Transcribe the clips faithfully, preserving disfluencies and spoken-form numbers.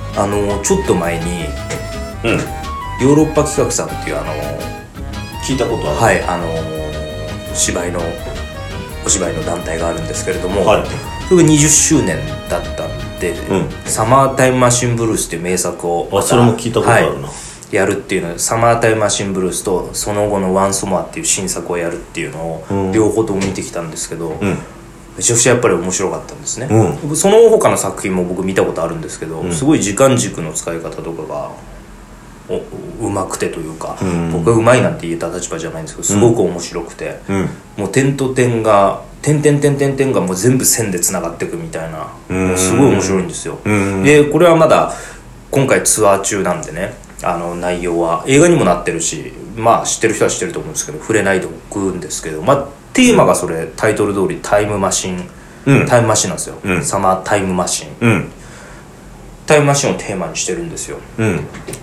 あのちょっと前に、 うん、 ヨーロッパ企画さんっていうあの聞いたことある。 はいあの芝居のお芝居の団体があるんですけれども、 はい、 それがにじゅっしゅうねんだったんで、うん、サマータイムマシンブルースっていう名作をあそれも聞いたことあるな、はい、 やるっていうのサマータイムマシンブルースとその後のワンソモアっていう新作をやるっていうのを両方とも見てきたんですけど、うん、めちゃくちゃやっぱり面白かったんですね、うん、その他の作品も僕見たことあるんですけど、うん、すごい時間軸の使い方とかがうまくてというか、うん、僕がうまいなんて言えた立場じゃないんですけどすごく面白くて、うん、もう点と点が点点点点点がもう全部線でつながっていくみたいな、もうすごい面白いんですよ、うん、でこれはまだ今回ツアー中なんでね、あの内容は映画にもなってるし、まあ知ってる人は知ってると思うんですけど触れないでおくんですけど、まあテーマがそれタイトル通りタイムマシン、うん、タイムマシンなんですよ、うん、サマータイムマシン、うん、タイムマシンをテーマにしてるんですよ、うん、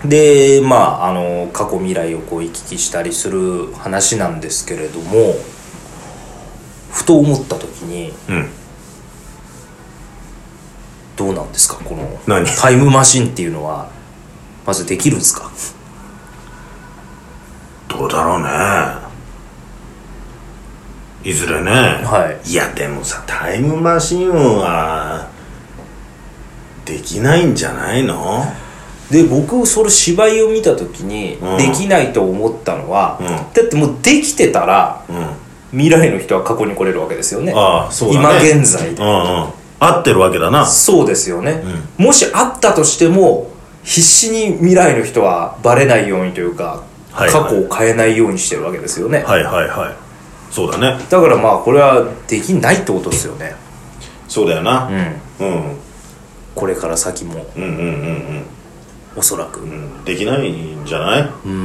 でまああの過去未来をこう行き来したりする話なんですけれども、ふと思った時に、うん、どうなんですかこのタイムマシンっていうのはまずできるんですか？ どうだろうね、いずれね、はい、いやでもさタイムマシンはできないんじゃないの？ で僕それ芝居を見た時に、うん、できないと思ったのは、うん、だってもうできてたら、うん、未来の人は過去に来れるわけですよね。 ああそうだね、今現在で、 うんうん、合ってるわけだな。 そうですよね、うん、もしあったとしても必死に未来の人はバレないようにというか、はいはい、過去を変えないようにしてるわけですよね。 はいはいはい、そうだね。 だからまあこれはできないってことですよね。 そうだよな、うん、うん、 これから先も、うんうんうんうん、おそらく、うん、 できないんじゃない？うん。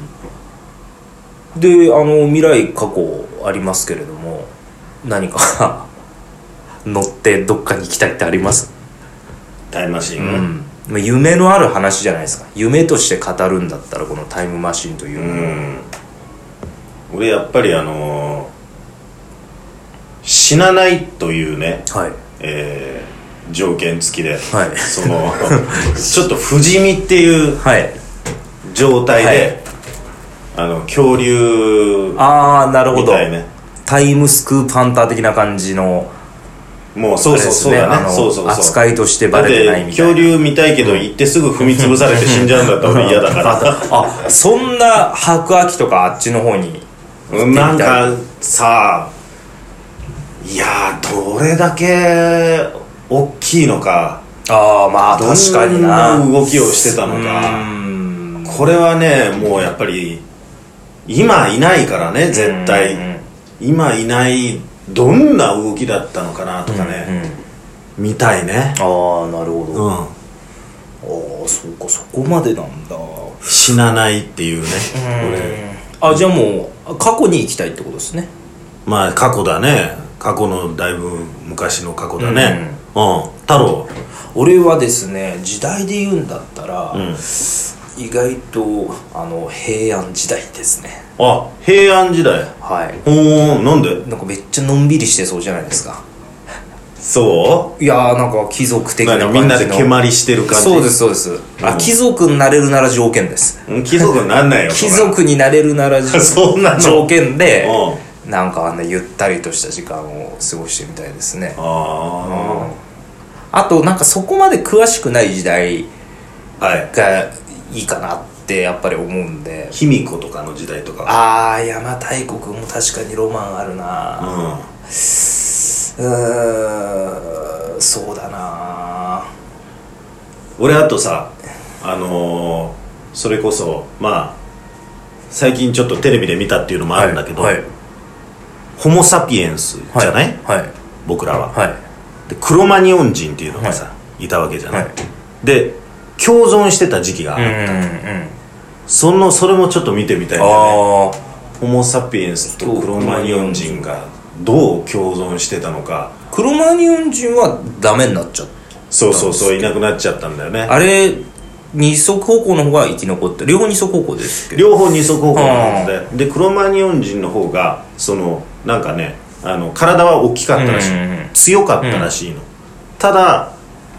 であの未来過去ありますけれども、何か乗ってどっかに行きたいってあります？ タイムマシンが、うんまあ、夢のある話じゃないですか。夢として語るんだったらこのタイムマシンというのを、うん、 俺やっぱりあのー、死なないというね、はいえー、条件付きで、はい、そのちょっと不死身っていう状態で、はいはい、あの恐竜みたいね。 ああなるほど、タイムスクープハンター的な感じのもうそうそうそうだね、そうそうそう扱いとしてバレてないみたいな。 恐竜見たいけど行ってすぐ踏み潰されて死んじゃうんだったら俺嫌だからあそんな白亜紀とかあっちの方になんかさ、いやどれだけ大きいのか、 ああまあ確かにな、 どんな動きをしてたのか、これはねもうやっぱり今いないからね絶対、今いないどんな動きだったのかなとかね、うんうん、見たいね。 ああなるほど、うん、ああそうかそこまでなんだ。 死なないっていうね、 俺あじゃあもう過去に行きたいってことですね。 まあ過去だね、過去のだいぶ昔の過去だね、うん、うん、太郎。 俺はですね時代で言うんだったら、うん、意外とあの平安時代ですね。 あ、平安時代。 はい。 おー、なんで？ なんかめっちゃのんびりしてそうじゃないですか。 そう？ いやーなんか貴族的な感じの。 みんなで蹴鞠してる感じ。 そうですそうです、うん、あ貴族になれるなら条件です。 貴族になんないよ。 貴族になれるならそんな条件でなんかあんなゆったりとした時間を過ごしてみたいですね。あ、うん、あとなんかそこまで詳しくない時代がいいかなってやっぱり思うんで、 卑弥呼とかの時代とか。 ああ邪馬台国も確かにロマンあるな、うん、うーそうだな。 俺あとさあのー、それこそまあ最近ちょっとテレビで見たっていうのもあるんだけど、はいはい、ホモサピエンスじゃない、はいはい、僕らは、はい、でクロマニオン人っていうのがさ、はい、いたわけじゃない、はい、で共存してた時期があった、うんうんうん、そのそれもちょっと見てみたいんだよね。ホモサピエンスとクロマニオン人がどう共存してたのか。 クロマニオン人はダメになっちゃった。 そうそうそう、いなくなっちゃったんだよね。 あれ二足歩行の方が生き残って、両方二足歩行ですけど。 両方二足歩行なんで、でクロマニオン人の方がそのなんかね、あの体は大きかったらしい、うんうんうん、強かったらしいの、うん、ただ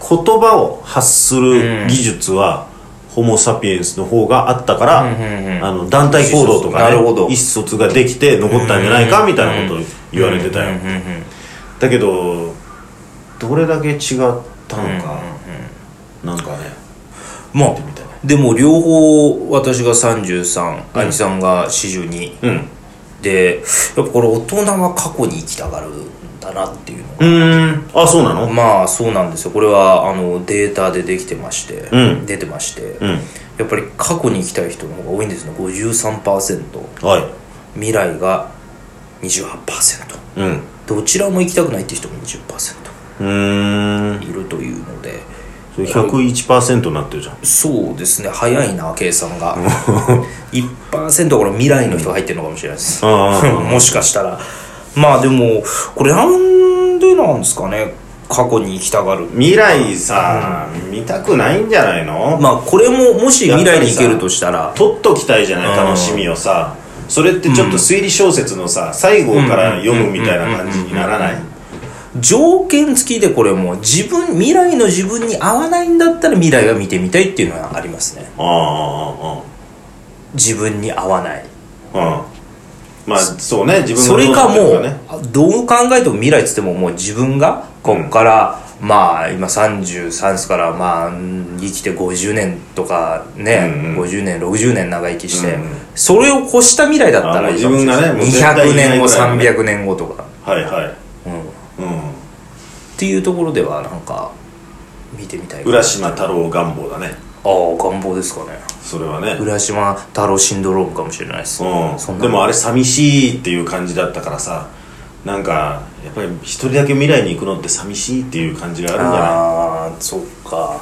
葉を発する技術は、うん、ホモ・サピエンスの方があったから、うんうんうん、あの団体行動とかね、意思疎通ができて残ったんじゃないかみたいなことを言われてたよ。だけどどれだけ違ったのか、うんうんうん、なんかね、 まあでも両方私がさんじゅうさん、うん、兄さんがよんじゅうに、うん、でやっぱこれ大人は過去に生きたがるんだなっていうのが、 うーん、あ、そうなの？ まあそうなんですよ。これはあのデータでできてまして、うん、出てまして、うん、やっぱり過去に生きたい人の方が多いんですね。 ごじゅうさんパーセント、はい、未来が にじゅうはちパーセント、うん、どちらも生きたくないっていう人も にじゅっパーセント うーんいるというので、 ひゃくいちパーセント になってるじゃん。 そうですね、早いな計算がいちパーセント はこれ未来の人が入ってるのかもしれないですもしかしたら。まあでもこれなんでなんですかね、過去に行きたがる。 未来さ、うん、見たくないんじゃないの？ まあこれももし未来に行けるとしたら取っときたいじゃない、楽しみをさ。それってちょっと推理小説のさ、最後から読むみたいな感じにならない？ 条件付きで、これも自分未来の自分に合わないんだったら未来が見てみたいっていうのはありますね。ああああ、自分に合わない、うん、 まあそうね、自分の、ね、それかもうどう考えても未来っつってももう自分がこっから、うん、まあ今さんじゅうさんですからまあ生きてごじゅうねんとかね、うんうん、ごじゅうねんろくじゅうねん長生きして、うんうん、それを越した未来だったらいいかもしれない。自分がね、にひゃくねんご、さんびゃくねんごとか、はいはい、うんうん、っていうところではなんか見てみたい。 浦島太郎願望だね。 ああ、願望ですかね。 それはね、 浦島太郎シンドロームかもしれないです、 うん、そんなでもあれ寂しいっていう感じだったからさ、なんかやっぱり一人だけ未来に行くのって寂しいっていう感じがあるんじゃない？ ああ、そっか、うん、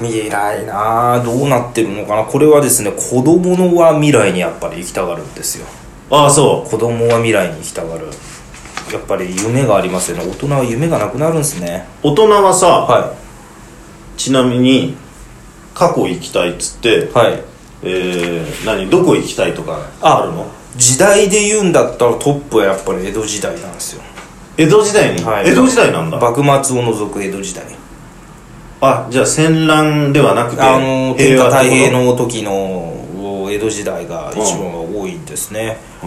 未来なあ、どうなってるのかな。これはですね、子供のは未来にやっぱり行きたがるんですよ。 ああ、そう。 子供は未来に行きたがる。やっぱり夢がありますよね。大人は夢がなくなるんですね。 大人はさ、はい、ちなみに過去行きたいっつって、はい、えー、何どこ行きたいとかあるの？ 時代で言うんだったらトップはやっぱり江戸時代なんですよ。 江戸時代に、はい、江戸時代なんだ。 幕末を除く江戸時代。 あ、じゃあ戦乱ではなくて、 あの天下太平の時の江戸時代が一番多いんですね。うん、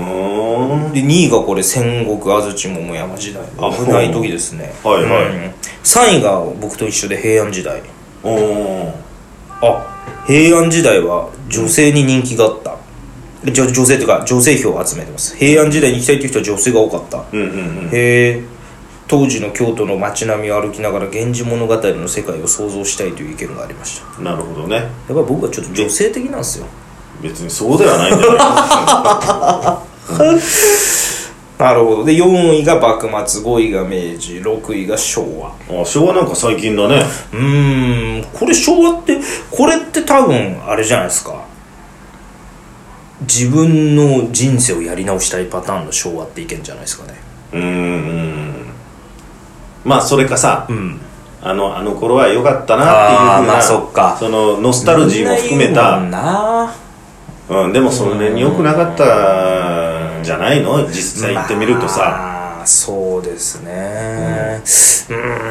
でにいがこれ戦国安土桃山時代、危ない時ですね。はいはい、うん、さんいが僕と一緒で平安時代。あ、平安時代は女性に人気があった。女, 女性っていうか女性票を集めてます。平安時代に行きたいっていう人は女性が多かった、うんうんうん、へえ。当時の京都の街並みを歩きながら源氏物語の世界を想像したいという意見がありました。 なるほどね。やっぱり僕はちょっと女性的なんですよ。 別にそうではないんじゃないなるほど。でよんいが幕末、ごいが明治、ろくいが昭和。 あ、昭和なんか最近だね。 うーん、これ昭和ってこれって多分あれじゃないですか、自分の人生をやり直したいパターンの昭和っていけんじゃないですかね。うーん、 まあそれかさ、うん、あのあの頃は良かったなっていう風な、まあ、そっか、そのノスタルジーも含めた、うん、でもそんなに良くなかったんじゃないの、実際行ってみるとさ。 まあそうですね、うん、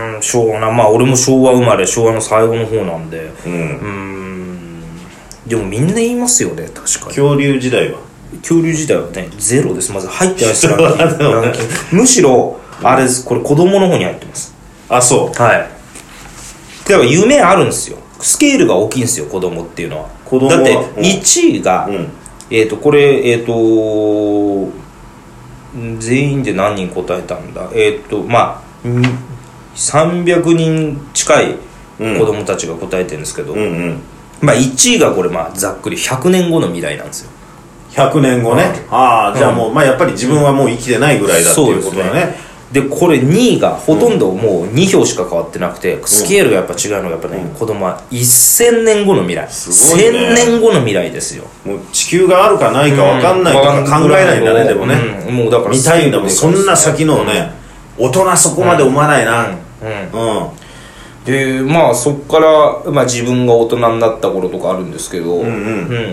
うーん、昭和な、まあ俺も昭和生まれ、昭和の最後の方なんで、うん、うーん、でもみんな言いますよね、確かに。 恐竜時代は恐竜時代はねゼロです。まず入ってないですランキングランキングむしろあれです、これ子供の方に入ってます。 あ、そう。 はい。だから夢あるんですよ。スケールが大きいんですよ、子供っていうのは。子供はだっていちいが、うん、えっ、ー、とこれえっ、ー、と全員で何人答えたんだ、えっ、ー、とまあさんびゃくにん近い子供たちが答えてるんですけど、うんうんうん、まあいちいがこれまあざっくりひゃくねんごの未来なんですよ。 ひゃくねんごね、うん、ああ、じゃあもう、うん、まあやっぱり自分はもう生きてないぐらいだっていうことだね。 でこれにいがほとんどもうに票しか変わってなくて、うん、スケールがやっぱ違うのがやっぱね、うん、子供はせんねんごの未来、すごいね、せんねんごの未来ですよ。 もう地球があるかないか分かんないとか考えないんだね、うん、でもね、うん、もうだから見たいんだもん、そんな先のね、うん、大人そこまで思わないな。うん、うんうん、でまあそっから、まあ、自分が大人になった頃とかあるんですけど、うんうんうん、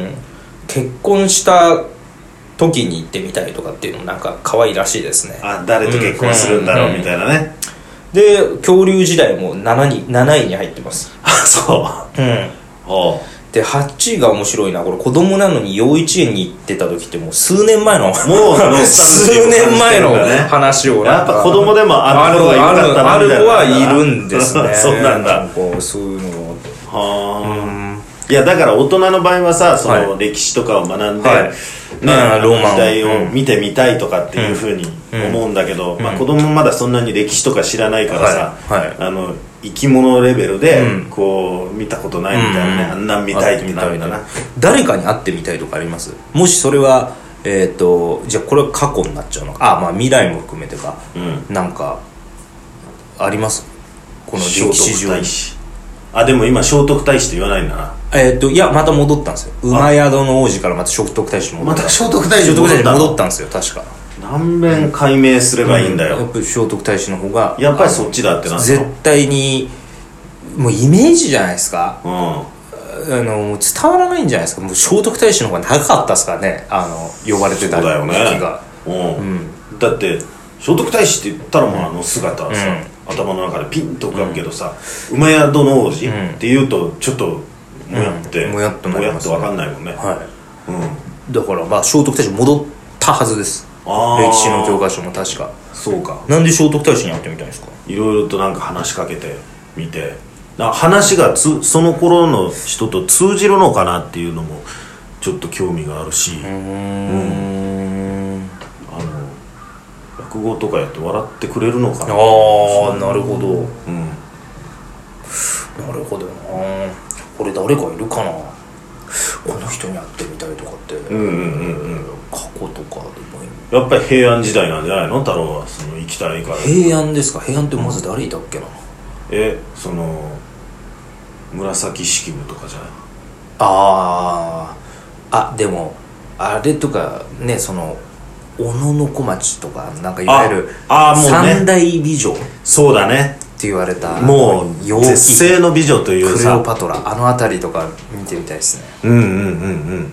結婚した時に行ってみたいとかっていうのもなんか可愛いらしいですね。 あ、誰と結婚するんだろうみたいなね、 で恐竜時代も なないに入ってます。 あ、そううんおではちいが面白いな。これ子供なのに幼稚園に行ってた時ってもう数年前のもう数年前の話をやっぱ子供でもある子がいるかったなある子はいるんですねそうなんだ。 こうそういうのはあ、いやだから大人の場合はさ、その歴史とかを学んで、はいね、ローマ時代を見てみたいとかっていうふうに思うんだけど、うん、まあ、子供まだそんなに歴史とか知らないからさ、はいはい、あの生き物レベルでこう見たことないみたいなね、うん、あんなん見たいってなるんだな。 誰かに会ってみたいとかあります？もしそれはえっ、ー、とじゃあこれは過去になっちゃうのか、あ、まあ未来も含めてか、うん、なんかあります？この歴史上に。 あ、でも今聖徳太子って言わないんだな。 えっ、ー、といやまた戻ったんですよ。馬宿の王子からまた聖徳太子に戻った。 また聖徳太子に戻った。 戻ったんですよ確か。 何遍解明すればいいんだよ、 うん、やっぱり聖徳太子の方がやっぱりそっちだってなったの。 絶対にもうイメージじゃないですか、うん、あの伝わらないんじゃないですか。もう聖徳太子の方が長かったですからね、あの呼ばれてた時が。 そうだよね、うんうん、だって聖徳太子って言ったらもうあの姿はさ、うん、頭の中でピンと浮かぶけどさ、うん、馬宿の王子って言うとちょっともやって、 うん、もやっとなりますね。 もやっと分かんないもんね、 はい、うん、だからまあ聖徳太子戻ったはずです。歴史の教科書も確か。 そうか。 なんで聖徳太子に会ってみたいんですか？ いろいろとなんか話しかけてみて、話がつその頃の人と通じるのかなっていうのもちょっと興味があるし、うーん、うん、あの落語とかやって笑ってくれるのかな。 ああ、なるほど、うん、なるほどな。これ誰かいるかな、この人に会ってみたいとかって。うんうんうんうん、過去とかでもいい。 やっぱり平安時代なんじゃないの太郎は。その行きたいから。 平安ですか？平安ってまず誰いたっけな、うん、 えその紫式部とかじゃない？ ああ、でもあれとかね、その小野の小町とかなんかいわゆる三大美女、 そうだねって言われた、 もう絶世の美女というさ、クレオパトラ、あの辺りとか見てみたいですね。 うんうんうんうん。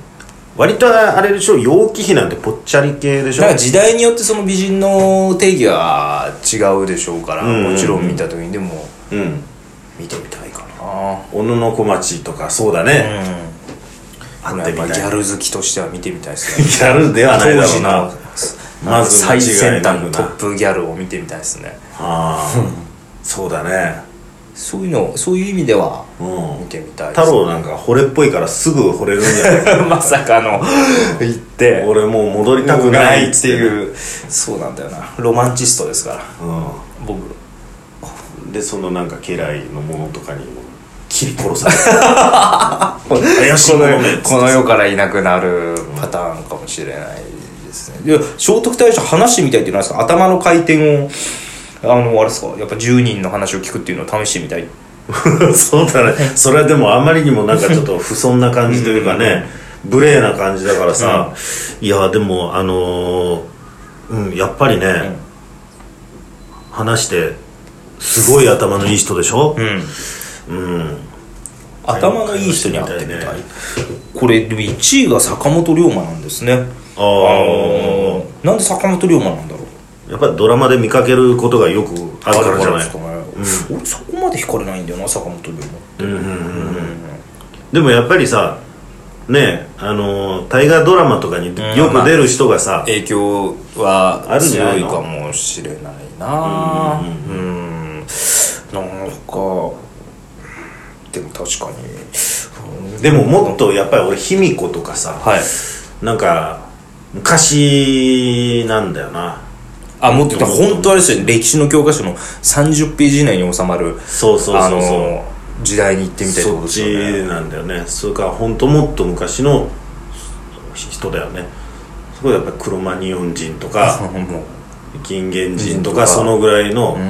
割とあれでしょ、楊貴妃なんてぽっちゃり系でしょ。 なんか時代によってその美人の定義は違うでしょうから、うんうんうん、もちろん見た時にでも、うん、見てみたいかな。 小野の小町とかそうだね、 うん、あってみたい。ギャル好きとしては見てみたいですね。 ギャルではないだろうな。 まず最先端のトップギャルを見てみたいですね。 ああそうだね。 そういうの、そういう意味では見てみたいです、 ね、太郎なんか惚れっぽいからすぐ惚れるんじゃないかまさかの言って俺もう戻りたくないっていう。 そうなんだよな、ロマンチストですから、うん、僕でそのなんか家来のものとかに切り殺される怪しいものねこの世からいなくなるパターンかもしれないですね。で聖徳太子話してみたいっていうのはですか？頭の回転をあのあれですか、やっぱじゅうにんの話を聞くっていうのを試してみたいそうだね。それはでもあまりにもなんかちょっと不遜な感じというかね無礼な感じだからさ、うん、いやでもあのー、うんやっぱりね、うん、話してすごい頭のいい人でしょ、うん、うん、 頭のいい人に会ってみたい、ね、これでもいちいが坂本龍馬なんですね。ああ、なんで坂本龍馬なんだろう。 やっぱりドラマで見かけることがよくあるからじゃないですかね、 うん、俺そこまで惹かれないんだよな坂本龍馬って、うんうんうんうん、 でもやっぱりさね、あの大河ドラマとかによく出る人がさ、まあ、 影響は強いかもしれないな。うんうんうん、うん、なんかでも確かに、 うん、でももっとやっぱり俺卑弥呼とかさ、はい、なんか昔なんだよな。 あ、もっと言ったら本当あれですよね、歴史の教科書のさんじゅっページ以内に収まる、 そうそうそうそう、あの時代に行ってみたいってことですよね。 そっちなんだよね。それから本当もっと昔の人だよね。そこでやっぱりクロマニヨン人とか金元人とかそのぐらいの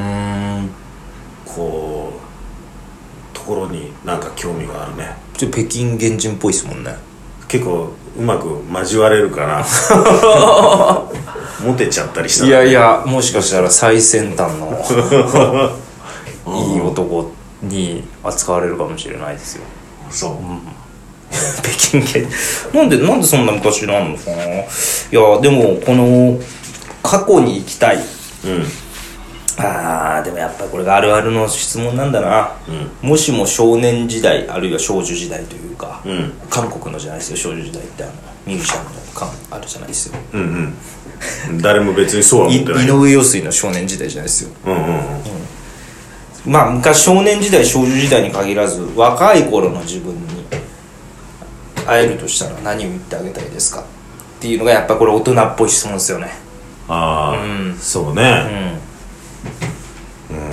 こうところになんか興味があるね。 ちょっと北京原人っぽいですもんね。 結構うまく交われるからモテちゃったりしたら、ね、いやいや、もしかしたら最先端のいい男に扱われるかもしれないですよ。 そう、うん、 北京原なんでなんでそんな昔なんのかな。いやでもこの過去に行きたい、うん、 あーでもやっぱりこれがあるあるの質問なんだな、うん、もしも少年時代あるいは少女時代というか、うん、韓国のじゃないですよ少女時代ってあのミュージシャンの感あるじゃないですよ、うんうん、誰も別にそうは思ってない。 井上陽水の少年時代じゃないですよ、うんうんうんうん、まあ昔少年時代少女時代に限らず若い頃の自分に会えるとしたら何を言ってあげたいですかっていうのがやっぱこれ大人っぽい質問ですよね。 ああ、うん、そうね、うんうん、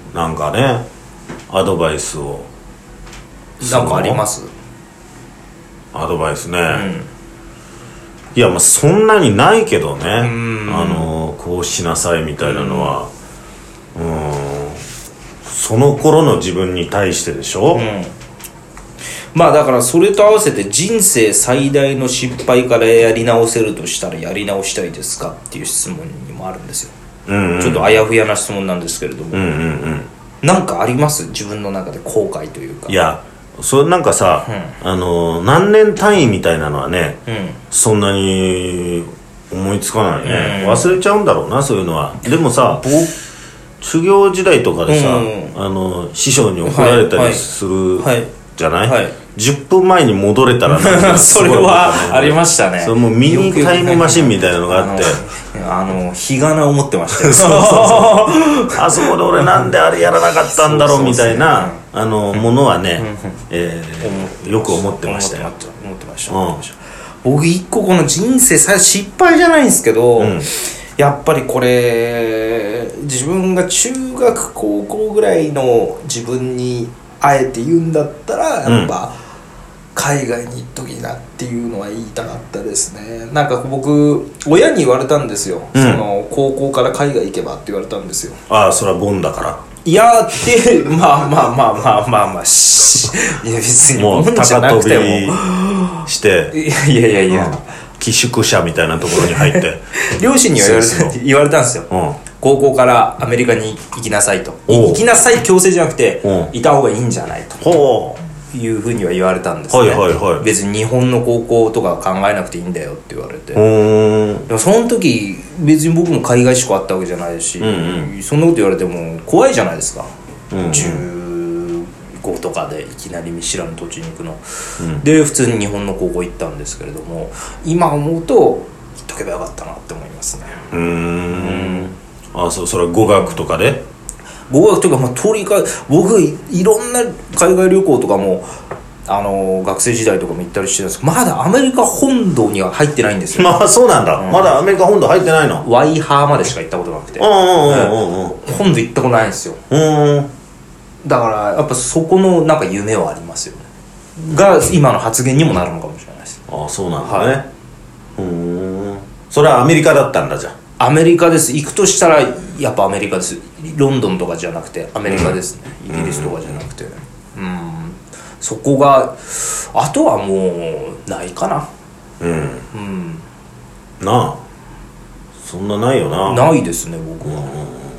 なんかねアドバイスをなんかあります？ アドバイスね、うん、いやまあそんなにないけどね、あのこうしなさいみたいなのは、うん、うんその頃の自分に対してでしょ、うん、 まあだからそれと合わせて人生最大の失敗からやり直せるとしたらやり直したいですかっていう質問にもあるんですよ、うんうん、ちょっとあやふやな質問なんですけれども、うんうんうん、なんかあります？自分の中で後悔というか。 いやそれなんかさ、うん、あの何年単位みたいなのはね、うん、そんなに思いつかないね、うん、忘れちゃうんだろうなそういうのは。でもさ修行時代とかでさ、うん、あの師匠に怒られたりする、はいはい、じゃない、はい、じゅっぷんまえに戻れたらなんかそれはありましたね。 それもうミニタイムマシンみたいなのがあってあの日がな思ってましたよそうそうそうあそこで俺なんであれやらなかったんだろうみたいなあのものはね、えー、よく思ってましたよ。 思ってました、うん、僕一個この人生さ失敗じゃないんですけど、うん、やっぱりこれ自分が中学高校ぐらいの自分にあえて言うんだったらやっぱ、うん、海外に行っときなっていうのは言いたかったですね。なんか僕親に言われたんですよ、うん、その高校から海外行けばって言われたんですよ。 ああそれはボンだからいやってまあまあまあまあまあまあしいや別にボンじゃなくてももう高飛びしていやいやいや、うん、 寄宿舎みたいなところに入って両親には言われた言われたんですよ、うん、高校からアメリカに行きなさいと。行きなさい強制じゃなくていた方がいいんじゃないというふうには言われたんですね、はいはいはい、別に日本の高校とか考えなくていいんだよって言われて、でもその時別に僕も海外志向あったわけじゃないし、うんうん、そんなこと言われても怖いじゃないですか、うんうん、じゅうごとかでいきなり見知らぬ土地に行くの、うん、で普通に日本の高校行ったんですけれども今思うと行っとけばよかったなって思いますね。うーん、 うん、あそうそれは語学とかで語学とか、まあ、とにかく僕 い, いろんな海外旅行とかもあの学生時代とかも行ったりしてるんですけどまだアメリカ本土には入ってないんですよ。 まあそうなんだ、うん、まだアメリカ本土入ってないの。 ワイハーまでしか行ったことなくて、うんうんうんうん、本土行ったことないんですよ。うんだからやっぱそこのなんか夢はありますよねが今の発言にもなるのかもしれないです。 ああそうなんだね、はい、うーんそれはアメリカだったんだ。じゃあアメリカです。行くとしたらやっぱアメリカです。ロンドンとかじゃなくてアメリカですね、うん、イギリスとかじゃなくて、うん、そこがあとはもうないかな。うん、うん、 なあそんなないよな。 ないですね僕は、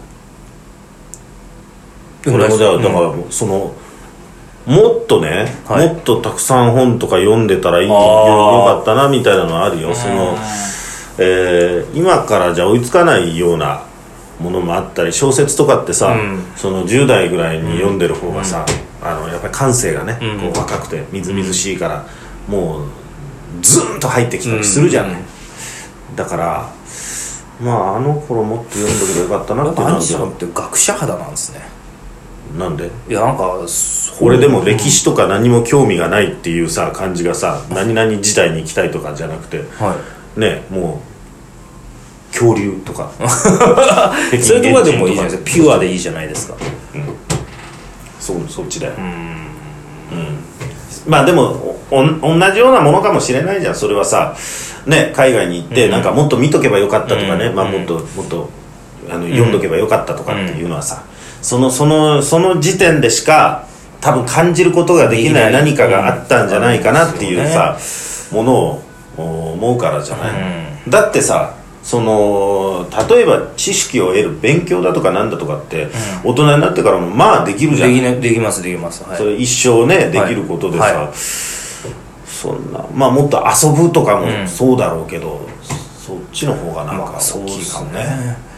うん、俺もだから、だからそのもっとね、はい、もっとたくさん本とか読んでたらいいよかったなみたいなのあるよ。そのえー、今からじゃ追いつかないようなものもあったり小説とかってさ、うん、そのじゅう代ぐらいに読んでる方がさ、うん、あのやっぱり感性がね、うん、こう若くてみずみずしいからもうズーンと入ってきたりするじゃない、うん、だからまああの頃もっと読んでくればよかったなっていうのは。 アンジさんって学者肌なんですね。 なんで？ いやなんか俺でも歴史とか何も興味がないっていうさ感じがさ、何々時代に行きたいとかじゃなくて、はいね、もう恐竜とかそれとかでもいいじゃないですか。ピュアでいいじゃないですか、うん、 そ, そっちだよ。うん、うん、まあでもお同じようなものかもしれないじゃん。それはさ、ね、海外に行って、うん、なんかもっと見とけばよかったとかね、うんまあ、もっともっとあの読んどけばよかったとかっていうのはさ、うん、そのそのその時点でしか多分感じることができない何かがあったんじゃないかなっていうさ、うん、ものを思うからじゃない、うん、だってさその例えば知識を得る勉強だとかなんだとかって、うん、大人になってからもまあできるじゃん。 でき、ね、できますできます、はい、 それ一生ねできることでさ、はいはい、そんなまあもっと遊ぶとかもそうだろうけど、うん、そっちの方がなんか大きいかもね、まあ、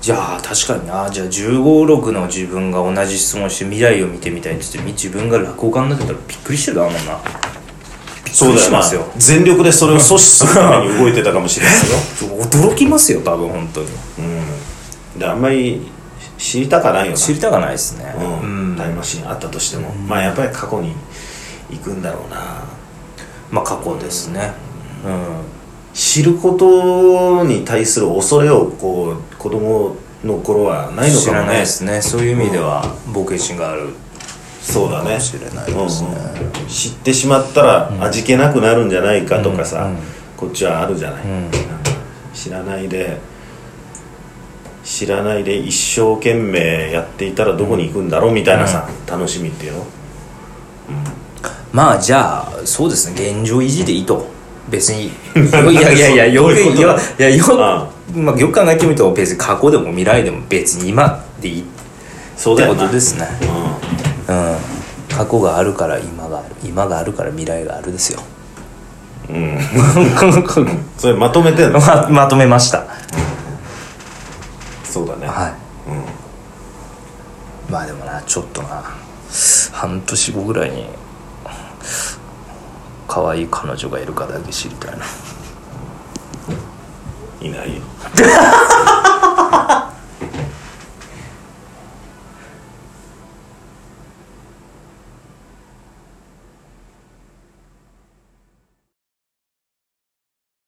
じゃあ確かにな。じゃあじゅうご、ろくの自分が同じ質問して未来を見てみたいって言って自分が落語家になってたらびっくりしてるだもんな。 そうだよな。全力でそれを阻止するために動いてたかもしれないよ驚きますよ多分本当に。 うんであんまり知りたかないよな。 知りたかないですね。 うん、うん、タイムマシンあったとしても、うん、まあやっぱり過去に行くんだろうな。 まあ過去ですね、うん、 知ることに対する恐れをこう子供の頃はないのかもね。 知らないですね。そういう意味では冒険心がある、 そうだね、 かもしれないですね、 うんうん、知ってしまったら味気なくなるんじゃないかとかさ、うんうん、こっちはあるじゃない、うん、知らないで知らないで一生懸命やっていたらどこに行くんだろうみたいなさ、うん、楽しみっていうの、うん、 まあじゃあそうですね、現状維持でいいと。別にいやいやいやよくいやいやよああ、まあ、よく考えてみると別に過去でも未来でも別に今でいいそうだよってことですね。うん、うん、過去があるから今がある、今があるから未来があるですよ。 うんそれまとめてんの？ ま, まとめました、うん、 そうだね。 はい、 うん、 まあでもなちょっとな半年後ぐらいに可愛い彼女がいるかだけ知りたいな。 いないよ